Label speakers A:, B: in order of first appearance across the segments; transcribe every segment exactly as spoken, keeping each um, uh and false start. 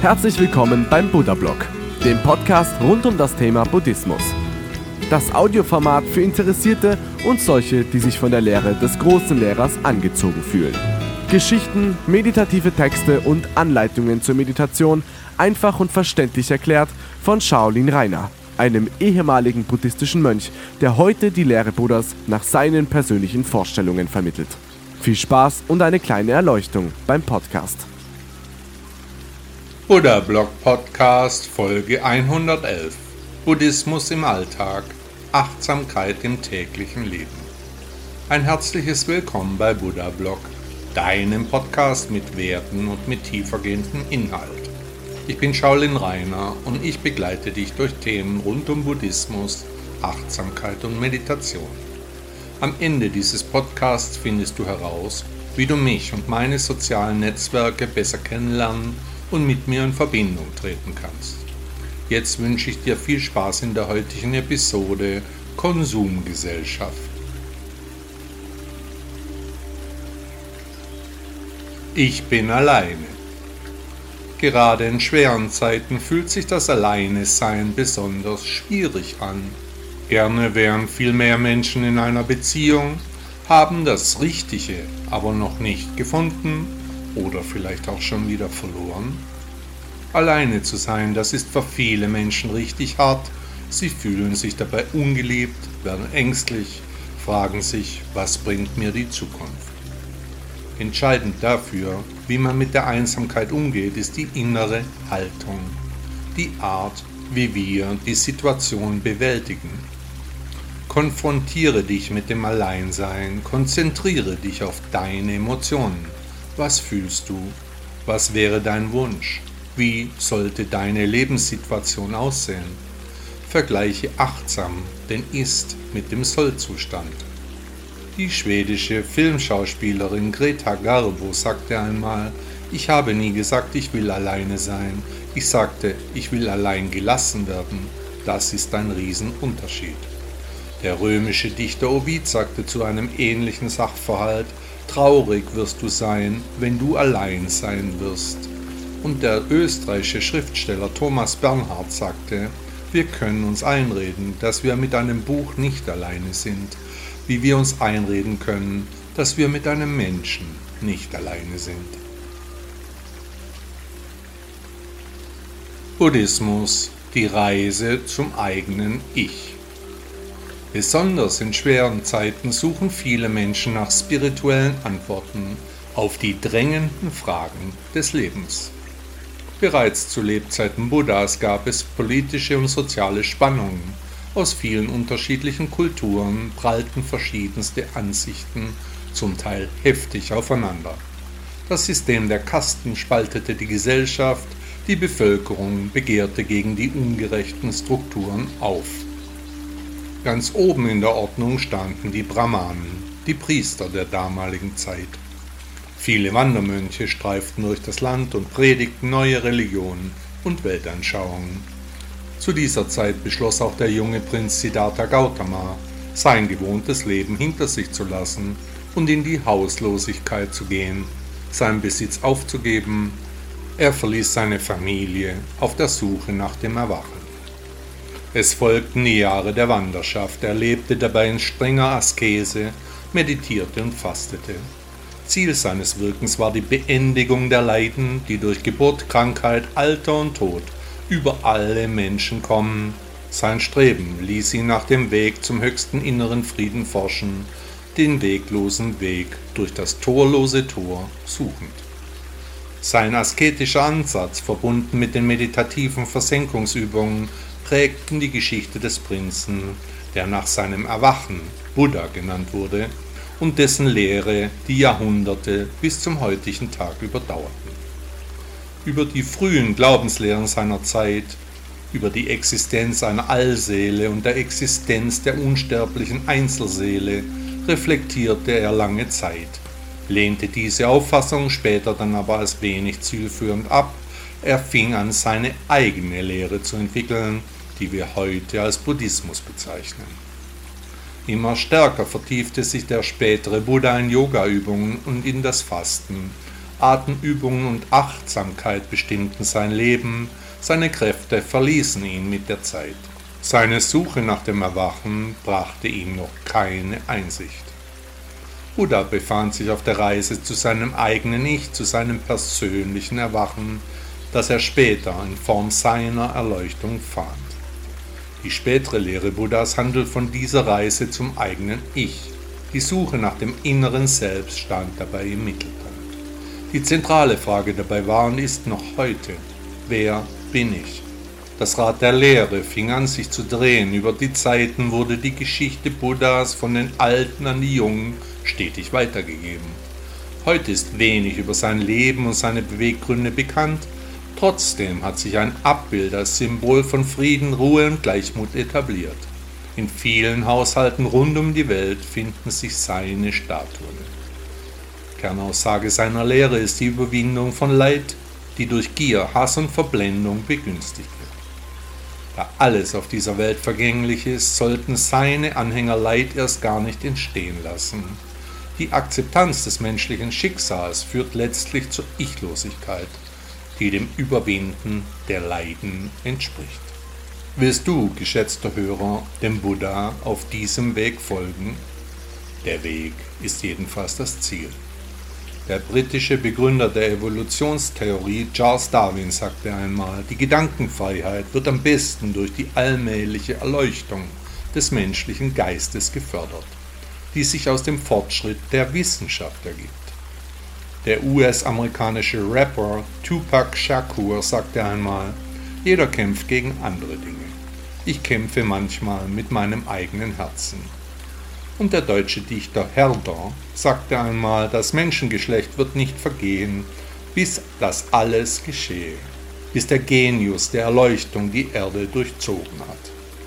A: Herzlich willkommen beim Buddha-Blog, dem Podcast rund um das Thema Buddhismus. Das Audioformat für Interessierte und solche, die sich von der Lehre des großen Lehrers angezogen fühlen. Geschichten, meditative Texte und Anleitungen zur Meditation einfach und verständlich erklärt von Shaolin Rainer, einem ehemaligen buddhistischen Mönch, der heute die Lehre Buddhas nach seinen persönlichen Vorstellungen vermittelt. Viel Spaß und eine kleine Erleuchtung beim Podcast.
B: Buddha-Blog Podcast Folge hundertelf. Buddhismus im Alltag, Achtsamkeit im täglichen Leben. Ein herzliches Willkommen bei Buddha-Blog, deinem Podcast mit Werten und mit tiefergehendem Inhalt. Ich bin Shaolin Rainer und ich begleite dich durch Themen rund um Buddhismus, Achtsamkeit und Meditation. Am Ende dieses Podcasts findest du heraus, wie du mich und meine sozialen Netzwerke besser kennenlernen und mit mir in Verbindung treten kannst. Jetzt wünsche ich dir viel Spaß in der heutigen Episode Konsumgesellschaft. Ich bin alleine. Gerade in schweren Zeiten fühlt sich das Alleinesein besonders schwierig an. Gerne wären viel mehr Menschen in einer Beziehung, haben das Richtige aber noch nicht gefunden oder vielleicht auch schon wieder verloren. Alleine zu sein, das ist für viele Menschen richtig hart. Sie fühlen sich dabei ungeliebt, werden ängstlich, fragen sich, was bringt mir die Zukunft? Entscheidend dafür, wie man mit der Einsamkeit umgeht, ist die innere Haltung, die Art, wie wir die Situation bewältigen. Konfrontiere dich mit dem Alleinsein, konzentriere dich auf deine Emotionen. Was fühlst du? Was wäre dein Wunsch? Wie sollte deine Lebenssituation aussehen? Vergleiche achtsam den Ist mit dem Soll-Zustand. Die schwedische Filmschauspielerin Greta Garbo sagte einmal: Ich habe nie gesagt, ich will alleine sein. Ich sagte, ich will allein gelassen werden. Das ist ein Riesenunterschied. Der römische Dichter Ovid sagte zu einem ähnlichen Sachverhalt: Traurig wirst du sein, wenn du allein sein wirst. Und der österreichische Schriftsteller Thomas Bernhard sagte: Wir können uns einreden, dass wir mit einem Buch nicht alleine sind, wie wir uns einreden können, dass wir mit einem Menschen nicht alleine sind. Buddhismus, die Reise zum eigenen Ich. Besonders in schweren Zeiten suchen viele Menschen nach spirituellen Antworten auf die drängenden Fragen des Lebens. Bereits zu Lebzeiten Buddhas gab es politische und soziale Spannungen. Aus vielen unterschiedlichen Kulturen prallten verschiedenste Ansichten, zum Teil heftig aufeinander. Das System der Kasten spaltete die Gesellschaft, die Bevölkerung begehrte gegen die ungerechten Strukturen auf. Ganz oben in der Ordnung standen die Brahmanen, die Priester der damaligen Zeit. Viele Wandermönche streiften durch das Land und predigten neue Religionen und Weltanschauungen. Zu dieser Zeit beschloss auch der junge Prinz Siddhartha Gautama, sein gewohntes Leben hinter sich zu lassen und in die Hauslosigkeit zu gehen, seinen Besitz aufzugeben. Er verließ seine Familie auf der Suche nach dem Erwachen. Es folgten die Jahre der Wanderschaft. Er lebte dabei in strenger Askese, meditierte und fastete. Ziel seines Wirkens war die Beendigung der Leiden, die durch Geburt, Krankheit, Alter und Tod über alle Menschen kommen. Sein Streben ließ ihn nach dem Weg zum höchsten inneren Frieden forschen, den weglosen Weg durch das torlose Tor suchend. Sein asketischer Ansatz, verbunden mit den meditativen Versenkungsübungen, prägten die Geschichte des Prinzen, der nach seinem Erwachen Buddha genannt wurde und dessen Lehre die Jahrhunderte bis zum heutigen Tag überdauerten. Über die frühen Glaubenslehren seiner Zeit, über die Existenz einer Allseele und der Existenz der unsterblichen Einzelseele reflektierte er lange Zeit, lehnte diese Auffassung später dann aber als wenig zielführend ab. Er fing an, seine eigene Lehre zu entwickeln, die wir heute als Buddhismus bezeichnen. Immer stärker vertiefte sich der spätere Buddha in Yoga-Übungen und in das Fasten, Atemübungen und Achtsamkeit bestimmten sein Leben, seine Kräfte verließen ihn mit der Zeit. Seine Suche nach dem Erwachen brachte ihm noch keine Einsicht. Buddha befand sich auf der Reise zu seinem eigenen Ich, zu seinem persönlichen Erwachen, das er später in Form seiner Erleuchtung fand. Die spätere Lehre Buddhas handelt von dieser Reise zum eigenen Ich. Die Suche nach dem inneren Selbst stand dabei im Mittelpunkt. Die zentrale Frage dabei war und ist noch heute: Wer bin ich? Das Rad der Lehre fing an, sich zu drehen. Über die Zeiten wurde die Geschichte Buddhas von den Alten an die Jungen stetig weitergegeben. Heute ist wenig über sein Leben und seine Beweggründe bekannt. Trotzdem hat sich ein Abbild als Symbol von Frieden, Ruhe und Gleichmut etabliert. In vielen Haushalten rund um die Welt finden sich seine Statuen. Kernaussage seiner Lehre ist die Überwindung von Leid, die durch Gier, Hass und Verblendung begünstigt wird. Da alles auf dieser Welt vergänglich ist, sollten seine Anhänger Leid erst gar nicht entstehen lassen. Die Akzeptanz des menschlichen Schicksals führt letztlich zur Ichlosigkeit, die dem Überwinden der Leiden entspricht. Willst du, geschätzter Hörer, dem Buddha auf diesem Weg folgen? Der Weg ist jedenfalls das Ziel. Der britische Begründer der Evolutionstheorie Charles Darwin sagte einmal, die Gedankenfreiheit wird am besten durch die allmähliche Erleuchtung des menschlichen Geistes gefördert, die sich aus dem Fortschritt der Wissenschaft ergibt. Der U S-amerikanische Rapper Tupac Shakur sagte einmal, jeder kämpft gegen andere Dinge. Ich kämpfe manchmal mit meinem eigenen Herzen. Und der deutsche Dichter Herder sagte einmal, das Menschengeschlecht wird nicht vergehen, bis das alles geschehe, bis der Genius der Erleuchtung die Erde durchzogen hat.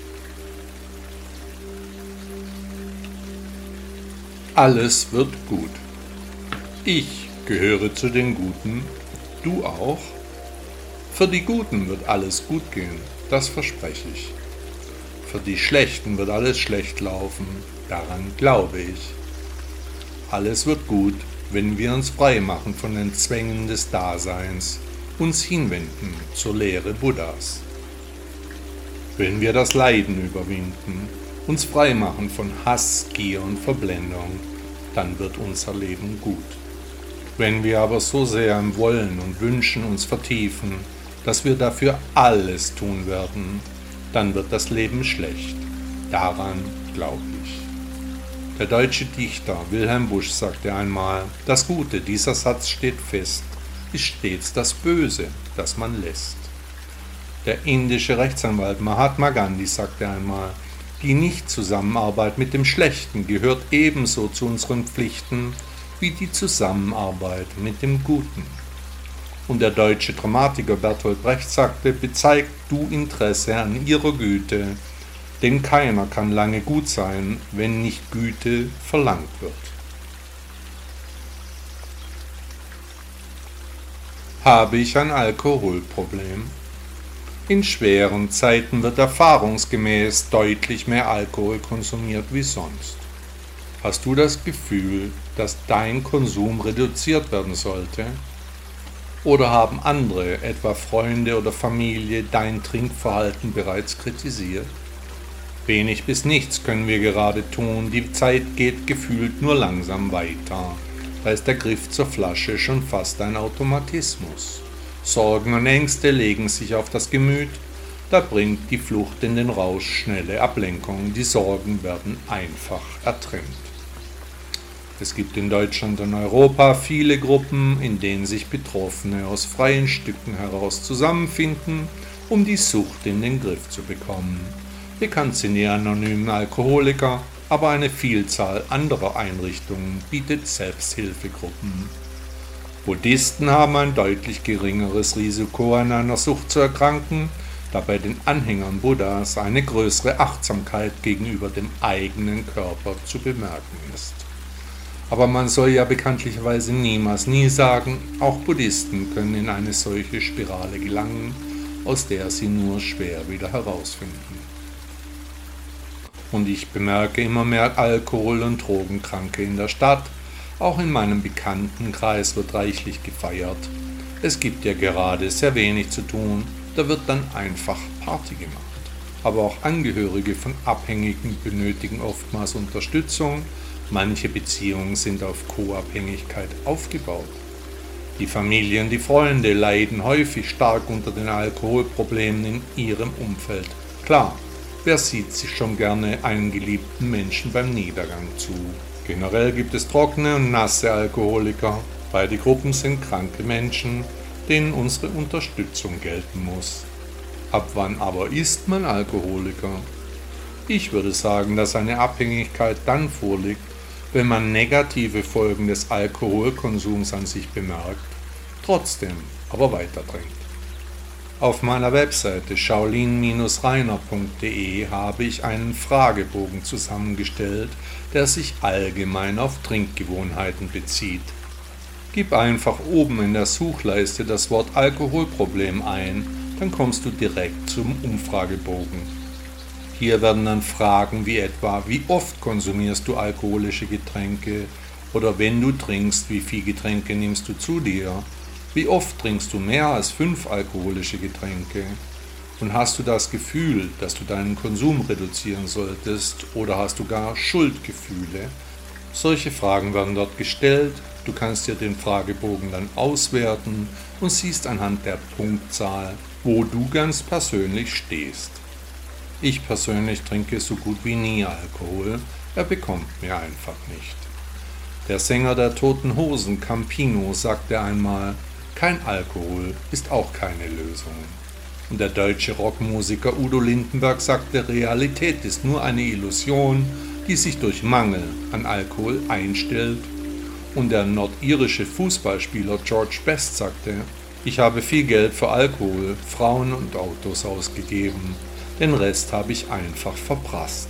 B: Alles wird gut. Ich gehöre zu den Guten, du auch? Für die Guten wird alles gut gehen, das verspreche ich. Für die Schlechten wird alles schlecht laufen, daran glaube ich. Alles wird gut, wenn wir uns frei machen von den Zwängen des Daseins, uns hinwenden zur Lehre Buddhas. Wenn wir das Leiden überwinden, uns frei machen von Hass, Gier und Verblendung, dann wird unser Leben gut. Wenn wir aber so sehr im Wollen und Wünschen uns vertiefen, dass wir dafür alles tun werden, dann wird das Leben schlecht. Daran glaube ich. Der deutsche Dichter Wilhelm Busch sagte einmal, das Gute, dieser Satz steht fest, ist stets das Böse, das man lässt. Der indische Rechtsanwalt Mahatma Gandhi sagte einmal, die Nichtzusammenarbeit mit dem Schlechten gehört ebenso zu unseren Pflichten wie die Zusammenarbeit mit dem Guten. Und der deutsche Dramatiker Bertolt Brecht sagte, bezeigt du Interesse an ihrer Güte, denn keiner kann lange gut sein, wenn nicht Güte verlangt wird. Habe ich ein Alkoholproblem? In schweren Zeiten wird erfahrungsgemäß deutlich mehr Alkohol konsumiert wie sonst. Hast du das Gefühl, dass dein Konsum reduziert werden sollte? Oder haben andere, etwa Freunde oder Familie, dein Trinkverhalten bereits kritisiert? Wenig bis nichts können wir gerade tun, die Zeit geht gefühlt nur langsam weiter. Da ist der Griff zur Flasche schon fast ein Automatismus. Sorgen und Ängste legen sich auf das Gemüt, da bringt die Flucht in den Rausch schnelle Ablenkung, die Sorgen werden einfach ertränkt. Es gibt in Deutschland und Europa viele Gruppen, in denen sich Betroffene aus freien Stücken heraus zusammenfinden, um die Sucht in den Griff zu bekommen. Bekannt sind die anonymen Alkoholiker, aber eine Vielzahl anderer Einrichtungen bietet Selbsthilfegruppen. Buddhisten haben ein deutlich geringeres Risiko, an einer Sucht zu erkranken, da bei den Anhängern Buddhas eine größere Achtsamkeit gegenüber dem eigenen Körper zu bemerken ist. Aber man soll ja bekanntlicherweise niemals nie sagen, auch Buddhisten können in eine solche Spirale gelangen, aus der sie nur schwer wieder herausfinden. Und ich bemerke immer mehr Alkohol- und Drogenkranke in der Stadt, Auch in meinem Bekanntenkreis wird reichlich gefeiert. Es gibt ja gerade sehr wenig zu tun, da wird dann einfach Party gemacht. Aber auch Angehörige von Abhängigen benötigen oftmals Unterstützung. Manche Beziehungen sind auf Co-Abhängigkeit aufgebaut. Die Familien, die Freunde leiden häufig stark unter den Alkoholproblemen in ihrem Umfeld. Klar, wer sieht sich schon gerne einen geliebten Menschen beim Niedergang zu? Generell gibt es trockene und nasse Alkoholiker. Beide Gruppen sind kranke Menschen, denen unsere Unterstützung gelten muss. Ab wann aber ist man Alkoholiker? Ich würde sagen, dass eine Abhängigkeit dann vorliegt, wenn man negative Folgen des Alkoholkonsums an sich bemerkt, trotzdem aber weiter trinkt. Auf meiner Webseite shaolin reiner punkt de habe ich einen Fragebogen zusammengestellt, der sich allgemein auf Trinkgewohnheiten bezieht. Gib einfach oben in der Suchleiste das Wort Alkoholproblem ein, dann kommst du direkt zum Umfragebogen. Hier werden dann Fragen wie etwa, wie oft konsumierst du alkoholische Getränke oder wenn du trinkst, wie viele Getränke nimmst du zu dir? Wie oft trinkst du mehr als fünf alkoholische Getränke? Und hast du das Gefühl, dass du deinen Konsum reduzieren solltest oder hast du gar Schuldgefühle? Solche Fragen werden dort gestellt, du kannst dir den Fragebogen dann auswerten und siehst anhand der Punktzahl, wo du ganz persönlich stehst. Ich persönlich trinke so gut wie nie Alkohol, er bekommt mir einfach nicht. Der Sänger der Toten Hosen, Campino, sagte einmal, kein Alkohol ist auch keine Lösung. Und der deutsche Rockmusiker Udo Lindenberg sagte, Realität ist nur eine Illusion, die sich durch Mangel an Alkohol einstellt. Und der nordirische Fußballspieler George Best sagte, ich habe viel Geld für Alkohol, Frauen und Autos ausgegeben. Den Rest habe ich einfach verprasst.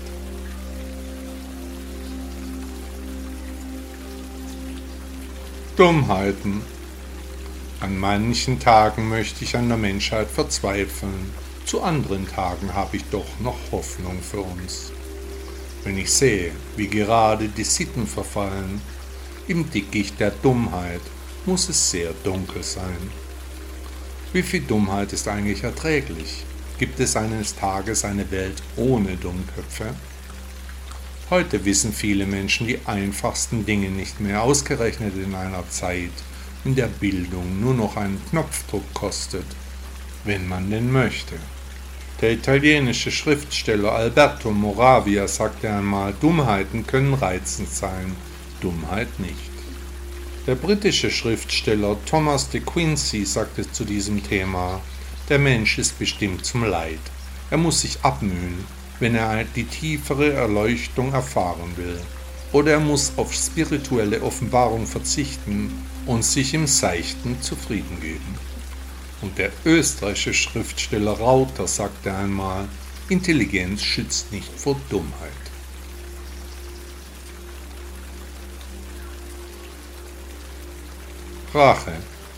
B: Dummheiten. An manchen Tagen möchte ich an der Menschheit verzweifeln, zu anderen Tagen habe ich doch noch Hoffnung für uns. Wenn ich sehe, wie gerade die Sitten verfallen, im Dickicht der Dummheit, muss es sehr dunkel sein. Wie viel Dummheit ist eigentlich erträglich? Gibt es eines Tages eine Welt ohne Dummköpfe? Heute wissen viele Menschen die einfachsten Dinge nicht mehr, ausgerechnet in einer Zeit, in der Bildung nur noch einen Knopfdruck kostet, wenn man denn möchte. Der italienische Schriftsteller Alberto Moravia sagte einmal, Dummheiten können reizend sein, Dummheit nicht. Der britische Schriftsteller Thomas de Quincey sagte zu diesem Thema, der Mensch ist bestimmt zum Leid. Er muss sich abmühen, wenn er die tiefere Erleuchtung erfahren will. Oder er muss auf spirituelle Offenbarung verzichten und sich im Seichten zufrieden geben. Und der österreichische Schriftsteller Rauter sagte einmal, Intelligenz schützt nicht vor Dummheit. Rache.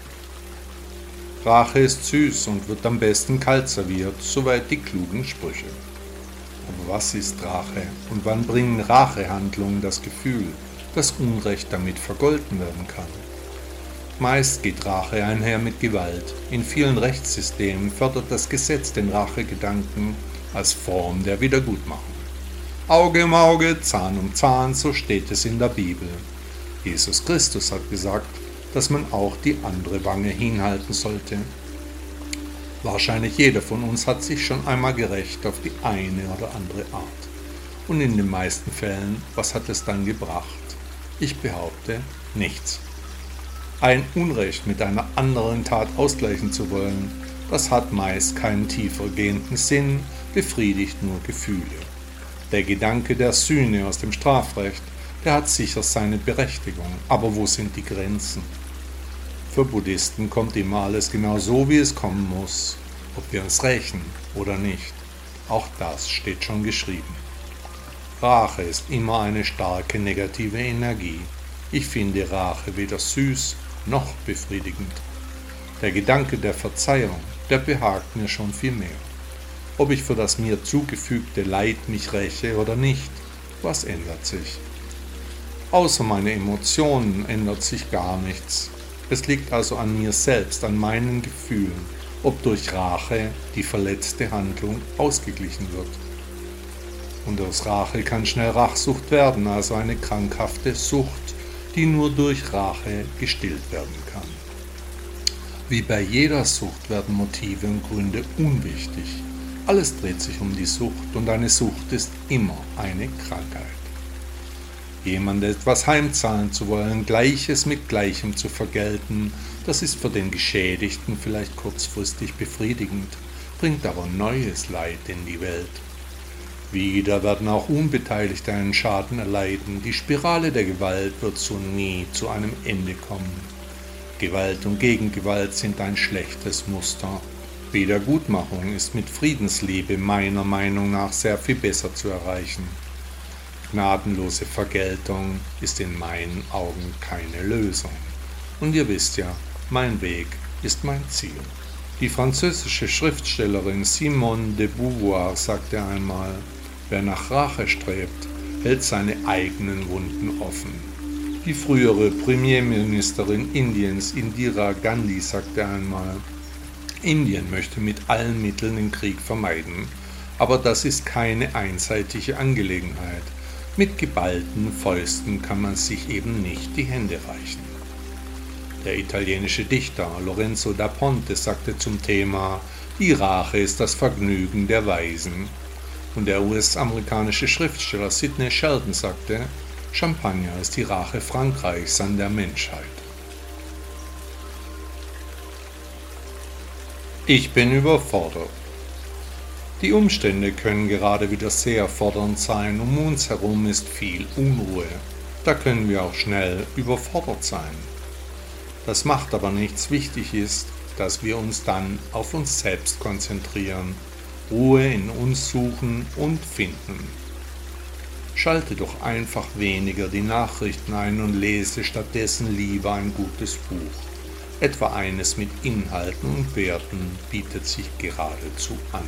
B: Rache ist süß und wird am besten kalt serviert, soweit die klugen Sprüche. Aber was ist Rache und wann bringen Rachehandlungen das Gefühl, dass Unrecht damit vergolten werden kann? Meist geht Rache einher mit Gewalt. In vielen Rechtssystemen fördert das Gesetz den Rachegedanken als Form der Wiedergutmachung. Auge um Auge, Zahn um Zahn, so steht es in der Bibel. Jesus Christus hat gesagt, dass man auch die andere Wange hinhalten sollte. Wahrscheinlich jeder von uns hat sich schon einmal gerächt auf die eine oder andere Art. Und in den meisten Fällen, was hat es dann gebracht? Ich behaupte, nichts. Ein Unrecht mit einer anderen Tat ausgleichen zu wollen, das hat meist keinen tiefer gehenden Sinn, befriedigt nur Gefühle. Der Gedanke der Sühne aus dem Strafrecht, der hat sicher seine Berechtigung, aber wo sind die Grenzen? Für Buddhisten kommt immer alles genau so, wie es kommen muss, ob wir uns rächen oder nicht. Auch das steht schon geschrieben. Rache ist immer eine starke negative Energie. Ich finde Rache weder süß noch befriedigend. Der Gedanke der Verzeihung, der behagt mir schon viel mehr. Ob ich für das mir zugefügte Leid mich räche oder nicht, was ändert sich? Außer meine Emotionen ändert sich gar nichts. Es liegt also an mir selbst, an meinen Gefühlen, ob durch Rache die verletzte Handlung ausgeglichen wird. Und aus Rache kann schnell Rachsucht werden, also eine krankhafte Sucht, die nur durch Rache gestillt werden kann. Wie bei jeder Sucht werden Motive und Gründe unwichtig. Alles dreht sich um die Sucht und eine Sucht ist immer eine Krankheit. Jemand etwas heimzahlen zu wollen, Gleiches mit Gleichem zu vergelten, das ist für den Geschädigten vielleicht kurzfristig befriedigend, bringt aber neues Leid in die Welt. Wieder werden auch Unbeteiligte einen Schaden erleiden. Die Spirale der Gewalt wird so nie zu einem Ende kommen. Gewalt und Gegengewalt sind ein schlechtes Muster. Wiedergutmachung ist mit Friedensliebe meiner Meinung nach sehr viel besser zu erreichen. Gnadenlose Vergeltung ist in meinen Augen keine Lösung. Und ihr wisst ja, mein Weg ist mein Ziel. Die französische Schriftstellerin Simone de Beauvoir sagte einmal: Wer nach Rache strebt, hält seine eigenen Wunden offen. Die frühere Premierministerin Indiens Indira Gandhi sagte einmal: Indien möchte mit allen Mitteln den Krieg vermeiden, aber das ist keine einseitige Angelegenheit. Mit geballten Fäusten kann man sich eben nicht die Hände reichen. Der italienische Dichter Lorenzo da Ponte sagte zum Thema: Die Rache ist das Vergnügen der Weisen. Und der U S-amerikanische Schriftsteller Sidney Sheldon sagte: Champagner ist die Rache Frankreichs an der Menschheit. Ich bin überfordert. Die Umstände können gerade wieder sehr fordernd sein, um uns herum ist viel Unruhe. Da können wir auch schnell überfordert sein. Das macht aber nichts. Wichtig ist, dass wir uns dann auf uns selbst konzentrieren, Ruhe in uns suchen und finden. Schalte doch einfach weniger die Nachrichten ein und lese stattdessen lieber ein gutes Buch. Etwa eines mit Inhalten und Werten bietet sich geradezu an.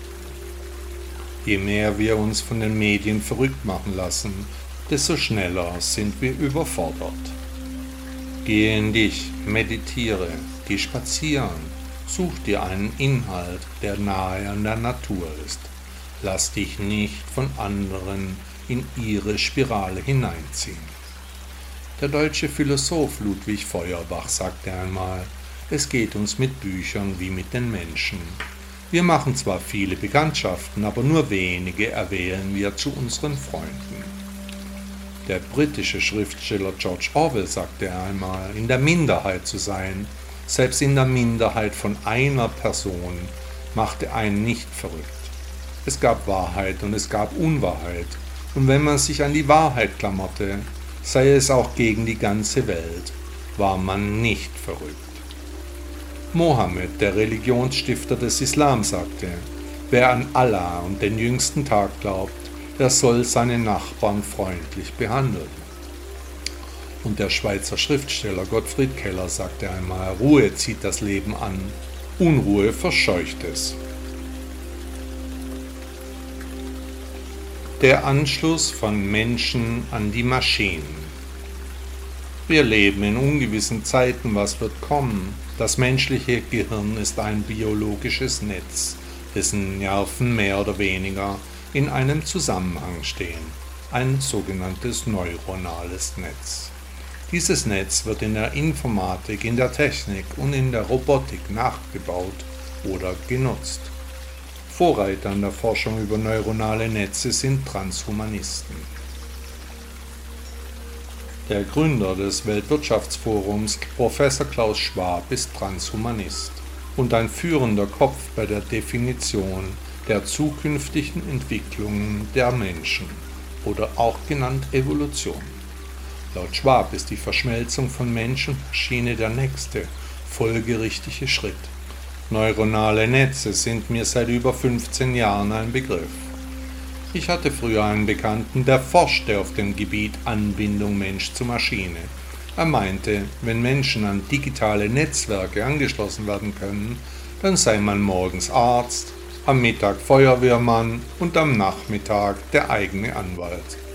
B: Je mehr wir uns von den Medien verrückt machen lassen, desto schneller sind wir überfordert. Gehe in dich, meditiere, geh spazieren, such dir einen Inhalt, der nahe an der Natur ist. Lass dich nicht von anderen in ihre Spirale hineinziehen. Der deutsche Philosoph Ludwig Feuerbach sagte einmal: Es geht uns mit Büchern wie mit den Menschen. Wir machen zwar viele Bekanntschaften, aber nur wenige erwählen wir zu unseren Freunden. Der britische Schriftsteller George Orwell sagte einmal: In der Minderheit zu sein, selbst in der Minderheit von einer Person, machte einen nicht verrückt. Es gab Wahrheit und es gab Unwahrheit, und wenn man sich an die Wahrheit klammerte, sei es auch gegen die ganze Welt, war man nicht verrückt. Mohammed, der Religionsstifter des Islam, sagte: Wer an Allah und den jüngsten Tag glaubt, der soll seine Nachbarn freundlich behandeln. Und der Schweizer Schriftsteller Gottfried Keller sagte einmal: Ruhe zieht das Leben an, Unruhe verscheucht es. Der Anschluss von Menschen an die Maschinen. Wir leben in ungewissen Zeiten, was wird kommen? Das menschliche Gehirn ist ein biologisches Netz, dessen Nerven mehr oder weniger in einem Zusammenhang stehen, ein sogenanntes neuronales Netz. Dieses Netz wird in der Informatik, in der Technik und in der Robotik nachgebaut oder genutzt. Vorreiter in der Forschung über neuronale Netze sind Transhumanisten. Der Gründer des Weltwirtschaftsforums, Professor Klaus Schwab, ist Transhumanist und ein führender Kopf bei der Definition der zukünftigen Entwicklungen der Menschen oder auch genannt Evolution. Laut Schwab ist die Verschmelzung von Mensch und Maschine der nächste, folgerichtige Schritt. Neuronale Netze sind mir seit über fünfzehn Jahren ein Begriff. Ich hatte früher einen Bekannten, der forschte auf dem Gebiet Anbindung Mensch zu Maschine. Er meinte, wenn Menschen an digitale Netzwerke angeschlossen werden können, dann sei man morgens Arzt, am Mittag Feuerwehrmann und am Nachmittag der eigene Anwalt.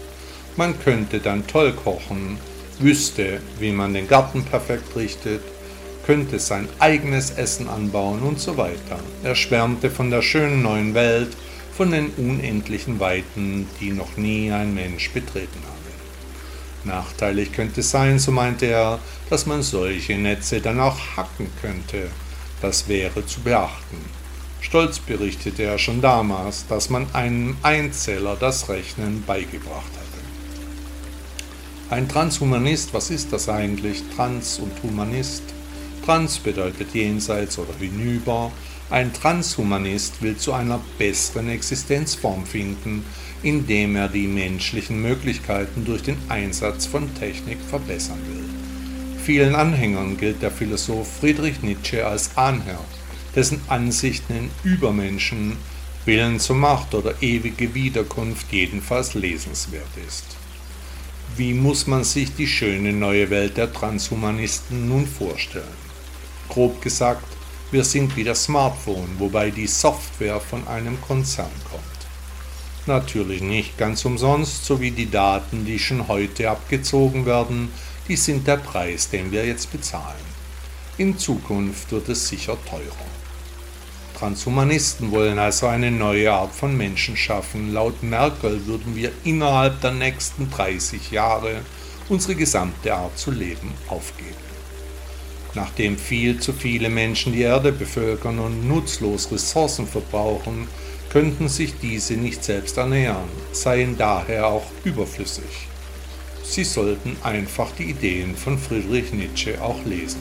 B: Man könnte dann toll kochen, wüsste, wie man den Garten perfekt richtet, könnte sein eigenes Essen anbauen und so weiter. Er schwärmte von der schönen neuen Welt, von den unendlichen Weiten, die noch nie ein Mensch betreten habe. Nachteilig könnte sein, so meinte er, dass man solche Netze dann auch hacken könnte. Das wäre zu beachten. Stolz berichtete er schon damals, dass man einem Einzeller das Rechnen beigebracht hatte. Ein Transhumanist, was ist das eigentlich? Trans und Humanist? Trans bedeutet jenseits oder hinüber. Ein Transhumanist will zu einer besseren Existenzform finden, indem er die menschlichen Möglichkeiten durch den Einsatz von Technik verbessern will. Vielen Anhängern gilt der Philosoph Friedrich Nietzsche als Ahnherr, dessen Ansichten in Übermenschen, Willen zur Macht oder ewige Wiederkunft jedenfalls lesenswert ist. Wie muss man sich die schöne neue Welt der Transhumanisten nun vorstellen? Grob gesagt, wir sind wie das Smartphone, wobei die Software von einem Konzern kommt. Natürlich nicht ganz umsonst, sowie die Daten, die schon heute abgezogen werden, die sind der Preis, den wir jetzt bezahlen. In Zukunft wird es sicher teurer. Transhumanisten wollen also eine neue Art von Menschen schaffen. Laut Merkel würden wir innerhalb der nächsten dreißig Jahre unsere gesamte Art zu leben aufgeben. Nachdem viel zu viele Menschen die Erde bevölkern und nutzlos Ressourcen verbrauchen, könnten sich diese nicht selbst ernähren, seien daher auch überflüssig. Sie sollten einfach die Ideen von Friedrich Nietzsche auch lesen.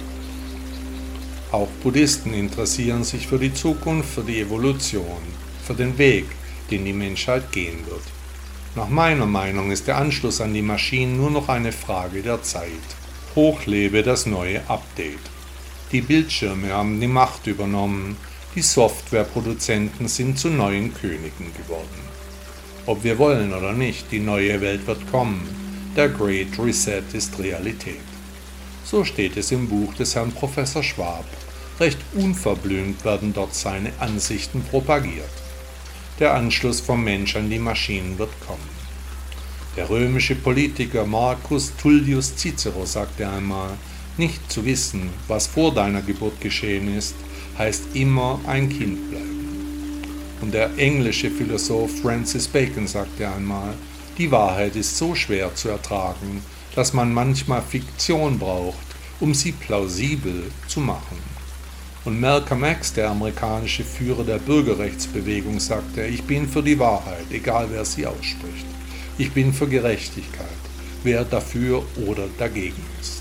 B: Auch Buddhisten interessieren sich für die Zukunft, für die Evolution, für den Weg, den die Menschheit gehen wird. Nach meiner Meinung ist der Anschluss an die Maschinen nur noch eine Frage der Zeit. Hoch lebe das neue Update. Die Bildschirme haben die Macht übernommen, die Softwareproduzenten sind zu neuen Königen geworden. Ob wir wollen oder nicht, die neue Welt wird kommen. Der Great Reset ist Realität. So steht es im Buch des Herrn Professor Schwab. Recht unverblümt werden dort seine Ansichten propagiert. Der Anschluss vom Mensch an die Maschinen wird kommen. Der römische Politiker Marcus Tullius Cicero sagte einmal, nicht zu wissen, was vor deiner Geburt geschehen ist, heißt immer ein Kind bleiben. Und der englische Philosoph Francis Bacon sagte einmal, die Wahrheit ist so schwer zu ertragen, dass man manchmal Fiktion braucht, um sie plausibel zu machen. Und Malcolm X, der amerikanische Führer der Bürgerrechtsbewegung, sagte, ich bin für die Wahrheit, egal wer sie ausspricht. Ich bin für Gerechtigkeit, wer dafür oder dagegen ist.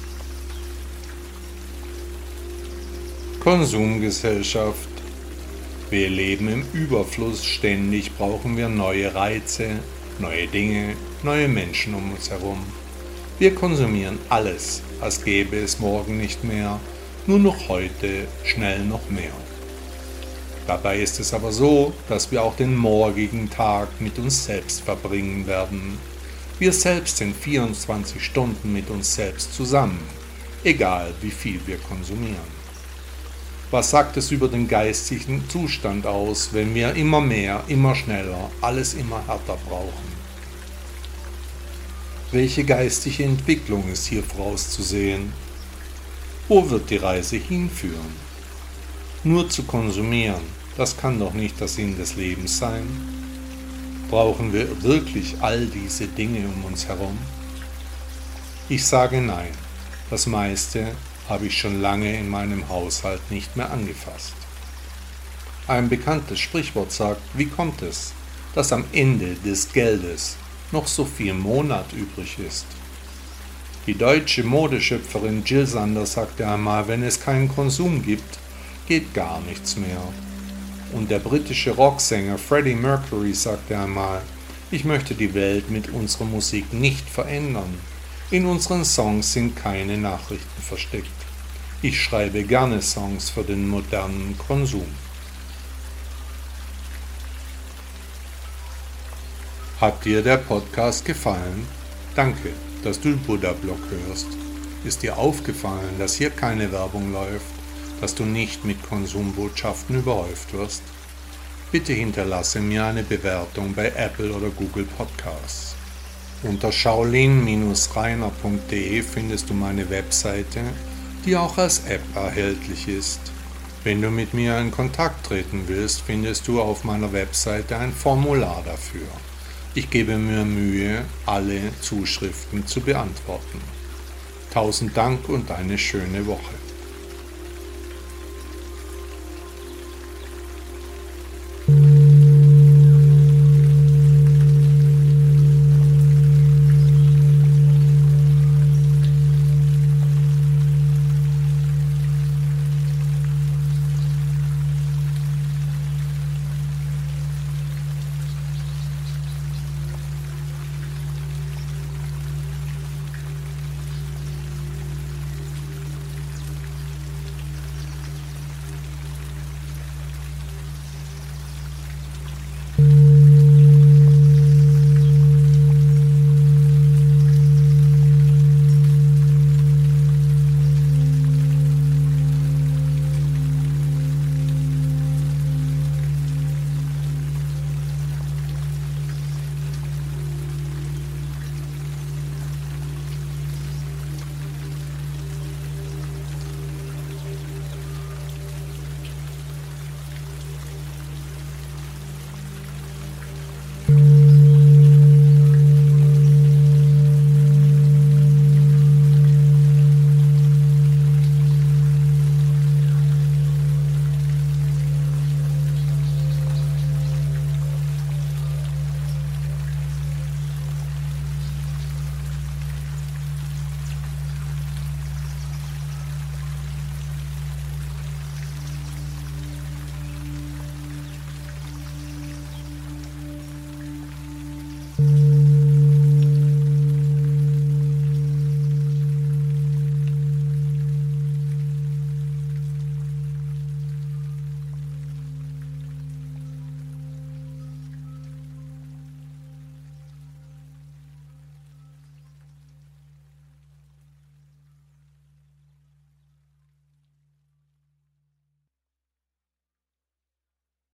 B: Konsumgesellschaft. Wir leben im Überfluss, ständig brauchen wir neue Reize, neue Dinge, neue Menschen um uns herum. Wir konsumieren alles, als gäbe es morgen nicht mehr, nur noch heute, schnell noch mehr. Dabei ist es aber so, dass wir auch den morgigen Tag mit uns selbst verbringen werden. Wir selbst sind vierundzwanzig Stunden mit uns selbst zusammen, egal wie viel wir konsumieren. Was sagt es über den geistigen Zustand aus, wenn wir immer mehr, immer schneller, alles immer härter brauchen? Welche geistige Entwicklung ist hier vorauszusehen? Wo wird die Reise hinführen? Nur zu konsumieren, das kann doch nicht der Sinn des Lebens sein. Brauchen wir wirklich all diese Dinge um uns herum? Ich sage nein, das meiste habe ich schon lange in meinem Haushalt nicht mehr angefasst. Ein bekanntes Sprichwort sagt, wie kommt es, dass am Ende des Geldes noch so viel Monat übrig ist? Die deutsche Modeschöpferin Jill Sander sagte einmal, wenn es keinen Konsum gibt, geht gar nichts mehr. Und der britische Rocksänger Freddie Mercury sagte einmal, ich möchte die Welt mit unserer Musik nicht verändern. In unseren Songs sind keine Nachrichten versteckt. Ich schreibe gerne Songs für den modernen Konsum. Hat dir der Podcast gefallen? Danke, dass du Buddha-Blog hörst. Ist dir aufgefallen, dass hier keine Werbung läuft, dass du nicht mit Konsumbotschaften überhäuft wirst? Bitte hinterlasse mir eine Bewertung bei Apple oder Google Podcasts. Unter shaolin Bindestrich rainer Punkt de findest du meine Webseite, die auch als App erhältlich ist. Wenn du mit mir in Kontakt treten willst, findest du auf meiner Webseite ein Formular dafür. Ich gebe mir Mühe, alle Zuschriften zu beantworten. Tausend Dank und eine schöne Woche.
C: Thank you.